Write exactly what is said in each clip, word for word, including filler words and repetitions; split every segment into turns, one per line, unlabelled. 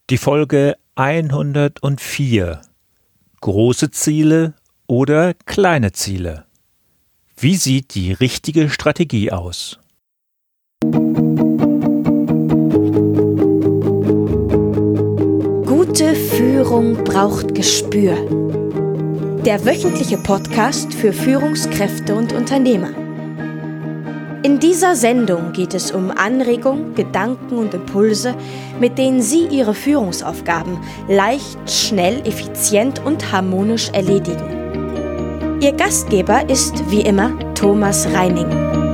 Die Folge hundertvier. Große Ziele oder kleine Ziele? Wie sieht die richtige Strategie aus?
Gute Führung braucht Gespür. Der wöchentliche Podcast für Führungskräfte und Unternehmer. In dieser Sendung geht es um Anregungen, Gedanken und Impulse, mit denen Sie Ihre Führungsaufgaben leicht, schnell, effizient und harmonisch erledigen. Ihr Gastgeber ist wie immer Thomas Reining.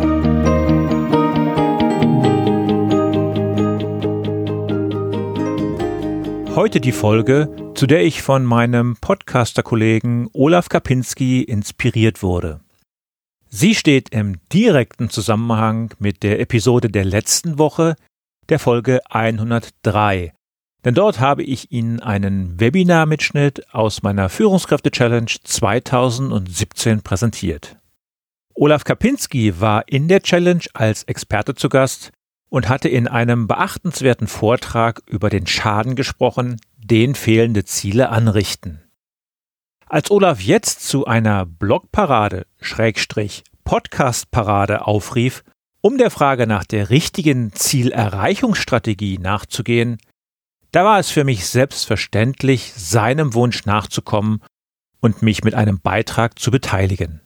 Heute die Folge, zu der ich von meinem Podcaster-Kollegen Olaf Kapinski inspiriert wurde. Sie steht im direkten Zusammenhang mit der Episode der letzten Woche, der Folge hundertdrei. Denn dort habe ich Ihnen einen Webinar-Mitschnitt aus meiner Führungskräfte-Challenge zweitausendsiebzehn präsentiert. Olaf Kapinski war in der Challenge als Experte zu Gast und hatte in einem beachtenswerten Vortrag über den Schaden gesprochen, den fehlende Ziele anrichten. Als Olaf jetzt zu einer Blogparade, Schrägstrich, Podcastparade aufrief, um der Frage nach der richtigen Zielerreichungsstrategie nachzugehen, da war es für mich selbstverständlich, seinem Wunsch nachzukommen und mich mit einem Beitrag zu beteiligen.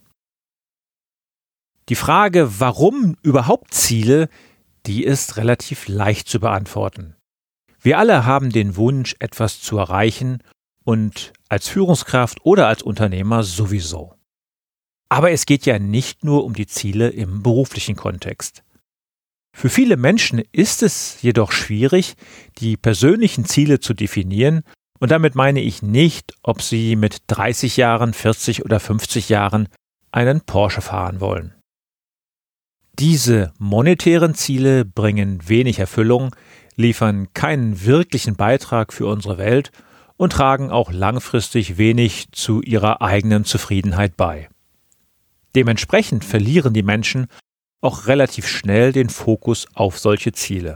Die Frage, warum überhaupt Ziele, die ist relativ leicht zu beantworten. Wir alle haben den Wunsch, etwas zu erreichen, und als Führungskraft oder als Unternehmer sowieso. Aber es geht ja nicht nur um die Ziele im beruflichen Kontext. Für viele Menschen ist es jedoch schwierig, die persönlichen Ziele zu definieren, und damit meine ich nicht, ob sie mit dreißig Jahren, vierzig oder fünfzig Jahren einen Porsche fahren wollen. Diese monetären Ziele bringen wenig Erfüllung, liefern keinen wirklichen Beitrag für unsere Welt und tragen auch langfristig wenig zu ihrer eigenen Zufriedenheit bei. Dementsprechend verlieren die Menschen auch relativ schnell den Fokus auf solche Ziele.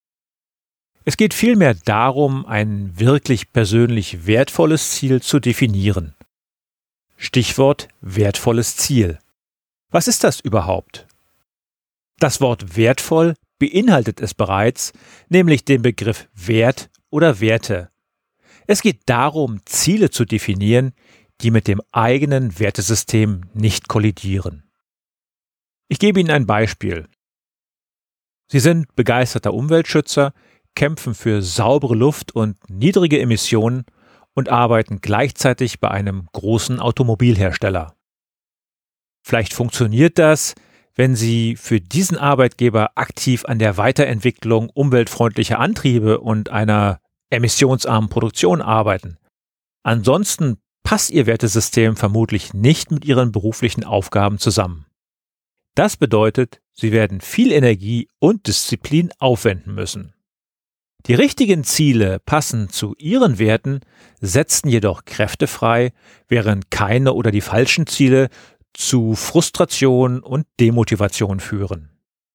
Es geht vielmehr darum, ein wirklich persönlich wertvolles Ziel zu definieren. Stichwort wertvolles Ziel. Was ist das überhaupt? Das Wort wertvoll beinhaltet es bereits, nämlich den Begriff Wert oder Werte. Es geht darum, Ziele zu definieren, die mit dem eigenen Wertesystem nicht kollidieren. Ich gebe Ihnen ein Beispiel. Sie sind begeisterter Umweltschützer, kämpfen für saubere Luft und niedrige Emissionen und arbeiten gleichzeitig bei einem großen Automobilhersteller. Vielleicht funktioniert das, wenn Sie für diesen Arbeitgeber aktiv an der Weiterentwicklung umweltfreundlicher Antriebe und einer emissionsarmen Produktion arbeiten. Ansonsten passt Ihr Wertesystem vermutlich nicht mit Ihren beruflichen Aufgaben zusammen. Das bedeutet, Sie werden viel Energie und Disziplin aufwenden müssen. Die richtigen Ziele passend zu Ihren Werten, setzen jedoch Kräfte frei, während keine oder die falschen Ziele zu Frustration und Demotivation führen.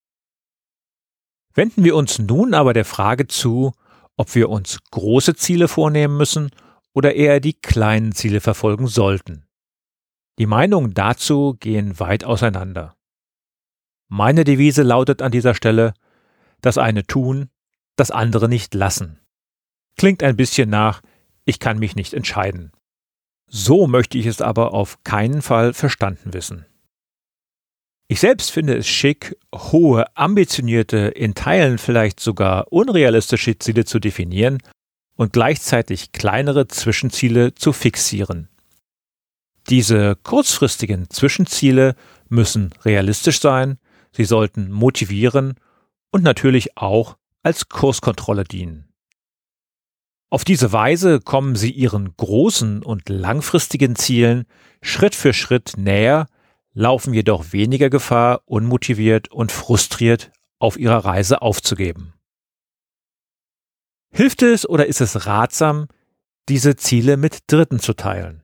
Wenden wir uns nun aber der Frage zu, ob wir uns große Ziele vornehmen müssen oder eher die kleinen Ziele verfolgen sollten. Die Meinungen dazu gehen weit auseinander. Meine Devise lautet an dieser Stelle: das eine tun, das andere nicht lassen. Klingt ein bisschen nach, ich kann mich nicht entscheiden. So möchte ich es aber auf keinen Fall verstanden wissen. Ich selbst finde es schick, hohe, ambitionierte, in Teilen vielleicht sogar unrealistische Ziele zu definieren und gleichzeitig kleinere Zwischenziele zu fixieren. Diese kurzfristigen Zwischenziele müssen realistisch sein, sie sollten motivieren und natürlich auch als Kurskontrolle dienen. Auf diese Weise kommen Sie Ihren großen und langfristigen Zielen Schritt für Schritt näher, laufen jedoch weniger Gefahr, unmotiviert und frustriert auf ihrer Reise aufzugeben. Hilft es oder ist es ratsam, diese Ziele mit Dritten zu teilen?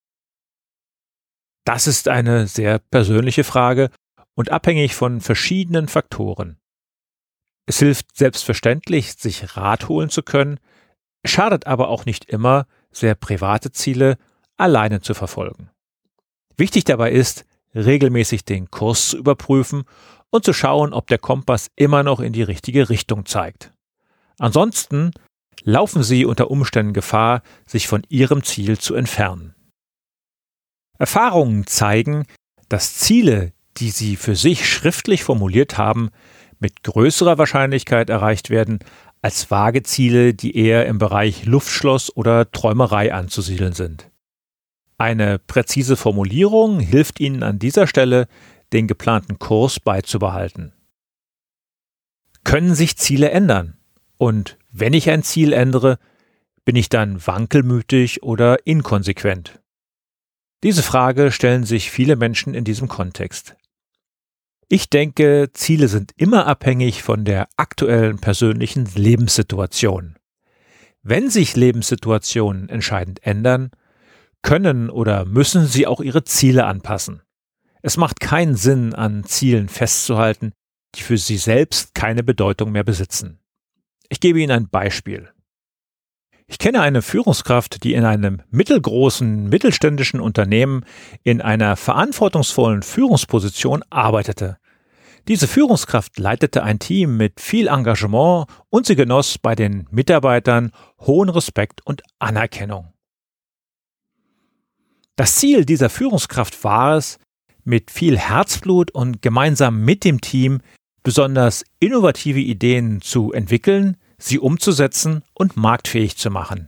Das ist eine sehr persönliche Frage und abhängig von verschiedenen Faktoren. Es hilft selbstverständlich, sich Rat holen zu können, Schadet aber auch nicht immer, sehr private Ziele alleine zu verfolgen. Wichtig dabei ist, regelmäßig den Kurs zu überprüfen und zu schauen, ob der Kompass immer noch in die richtige Richtung zeigt. Ansonsten laufen Sie unter Umständen Gefahr, sich von Ihrem Ziel zu entfernen. Erfahrungen zeigen, dass Ziele, die Sie für sich schriftlich formuliert haben, mit größerer Wahrscheinlichkeit erreicht werden, als vage Ziele, die eher im Bereich Luftschloss oder Träumerei anzusiedeln sind. Eine präzise Formulierung hilft Ihnen an dieser Stelle, den geplanten Kurs beizubehalten. Können sich Ziele ändern? Und wenn ich ein Ziel ändere, bin ich dann wankelmütig oder inkonsequent? Diese Frage stellen sich viele Menschen in diesem Kontext. Ich denke, Ziele sind immer abhängig von der aktuellen persönlichen Lebenssituation. Wenn sich Lebenssituationen entscheidend ändern, können oder müssen Sie auch Ihre Ziele anpassen. Es macht keinen Sinn, an Zielen festzuhalten, die für Sie selbst keine Bedeutung mehr besitzen. Ich gebe Ihnen ein Beispiel. Ich kenne eine Führungskraft, die in einem mittelgroßen, mittelständischen Unternehmen in einer verantwortungsvollen Führungsposition arbeitete. Diese Führungskraft leitete ein Team mit viel Engagement und sie genoss bei den Mitarbeitern hohen Respekt und Anerkennung. Das Ziel dieser Führungskraft war es, mit viel Herzblut und gemeinsam mit dem Team besonders innovative Ideen zu entwickeln, sie umzusetzen und marktfähig zu machen.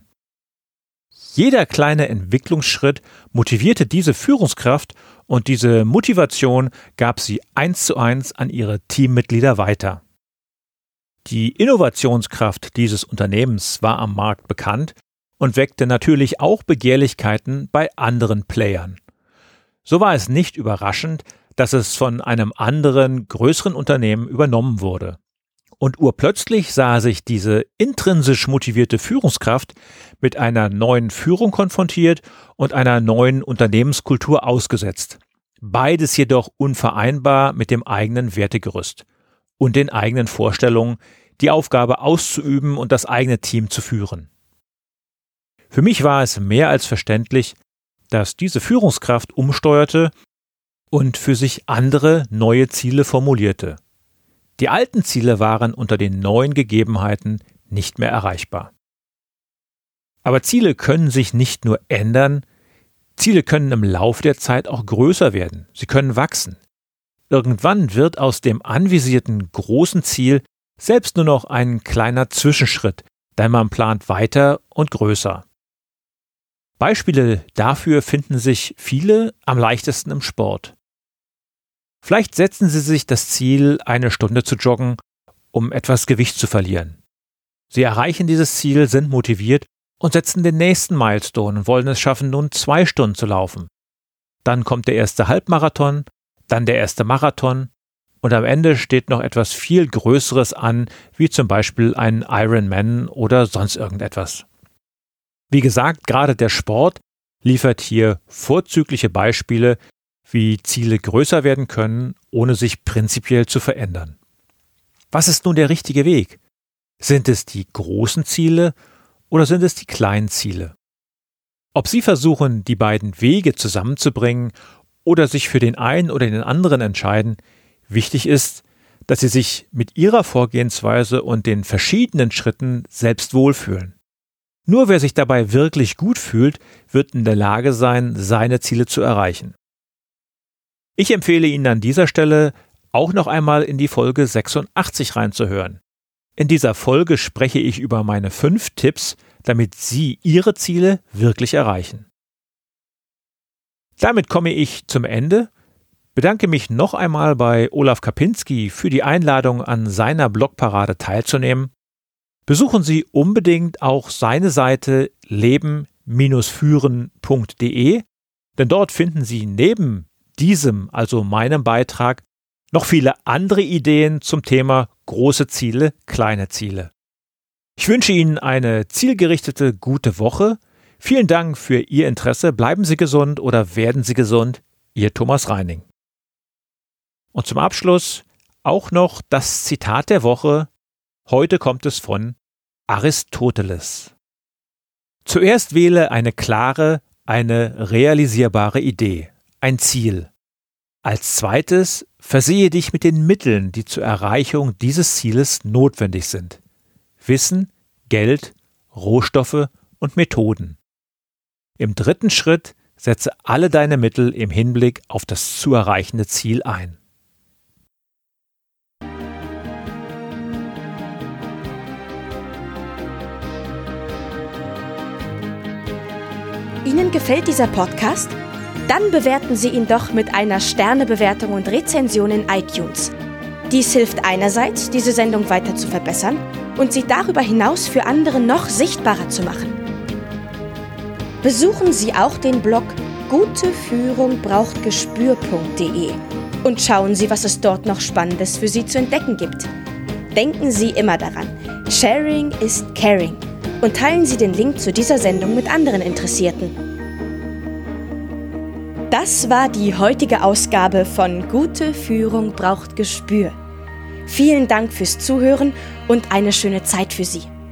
Jeder kleine Entwicklungsschritt motivierte diese Führungskraft und diese Motivation gab sie eins zu eins an ihre Teammitglieder weiter. Die Innovationskraft dieses Unternehmens war am Markt bekannt und weckte natürlich auch Begehrlichkeiten bei anderen Playern. So war es nicht überraschend, dass es von einem anderen, größeren Unternehmen übernommen wurde. Und urplötzlich sah sich diese intrinsisch motivierte Führungskraft mit einer neuen Führung konfrontiert und einer neuen Unternehmenskultur ausgesetzt. Beides jedoch unvereinbar mit dem eigenen Wertegerüst und den eigenen Vorstellungen, die Aufgabe auszuüben und das eigene Team zu führen. Für mich war es mehr als verständlich, dass diese Führungskraft umsteuerte und für sich andere neue Ziele formulierte. Die alten Ziele waren unter den neuen Gegebenheiten nicht mehr erreichbar. Aber Ziele können sich nicht nur ändern, Ziele können im Lauf der Zeit auch größer werden, sie können wachsen. Irgendwann wird aus dem anvisierten großen Ziel selbst nur noch ein kleiner Zwischenschritt, denn man plant weiter und größer. Beispiele dafür finden sich viele am leichtesten im Sport. Vielleicht setzen Sie sich das Ziel, eine Stunde zu joggen, um etwas Gewicht zu verlieren. Sie erreichen dieses Ziel, sind motiviert und setzen den nächsten Milestone und wollen es schaffen, nun zwei Stunden zu laufen. Dann kommt der erste Halbmarathon, dann der erste Marathon und am Ende steht noch etwas viel Größeres an, wie zum Beispiel ein Ironman oder sonst irgendetwas. Wie gesagt, gerade der Sport liefert hier vorzügliche Beispiele, wie Ziele größer werden können, ohne sich prinzipiell zu verändern. Was ist nun der richtige Weg? Sind es die großen Ziele oder sind es die kleinen Ziele? Ob Sie versuchen, die beiden Wege zusammenzubringen oder sich für den einen oder den anderen entscheiden, wichtig ist, dass Sie sich mit Ihrer Vorgehensweise und den verschiedenen Schritten selbst wohlfühlen. Nur wer sich dabei wirklich gut fühlt, wird in der Lage sein, seine Ziele zu erreichen. Ich empfehle Ihnen an dieser Stelle, auch noch einmal in die Folge sechsundachtzig reinzuhören. In dieser Folge spreche ich über meine fünf Tipps, damit Sie Ihre Ziele wirklich erreichen. Damit komme ich zum Ende, bedanke mich noch einmal bei Olaf Kapinski für die Einladung, an seiner Blogparade teilzunehmen. Besuchen Sie unbedingt auch seine Seite leben führen punkt de, denn dort finden Sie neben diesem, also meinem Beitrag, noch viele andere Ideen zum Thema große Ziele, kleine Ziele. Ich wünsche Ihnen eine zielgerichtete, gute Woche. Vielen Dank für Ihr Interesse. Bleiben Sie gesund oder werden Sie gesund. Ihr Thomas Reining. Und zum Abschluss auch noch das Zitat der Woche. Heute kommt es von Aristoteles. Zuerst wähle eine klare, eine realisierbare Idee, ein Ziel. Als zweites versehe dich mit den Mitteln, die zur Erreichung dieses Zieles notwendig sind. Wissen, Geld, Rohstoffe und Methoden. Im dritten Schritt setze alle deine Mittel im Hinblick auf das zu erreichende Ziel ein.
Ihnen gefällt dieser Podcast? Dann bewerten Sie ihn doch mit einer Sternebewertung und Rezension in iTunes. Dies hilft einerseits, diese Sendung weiter zu verbessern und sie darüber hinaus für andere noch sichtbarer zu machen. Besuchen Sie auch den Blog gute führung braucht gespür punkt de und schauen Sie, was es dort noch Spannendes für Sie zu entdecken gibt. Denken Sie immer daran, Sharing ist Caring und teilen Sie den Link zu dieser Sendung mit anderen Interessierten. Das war die heutige Ausgabe von Gute Führung braucht Gespür. Vielen Dank fürs Zuhören und eine schöne Zeit für Sie.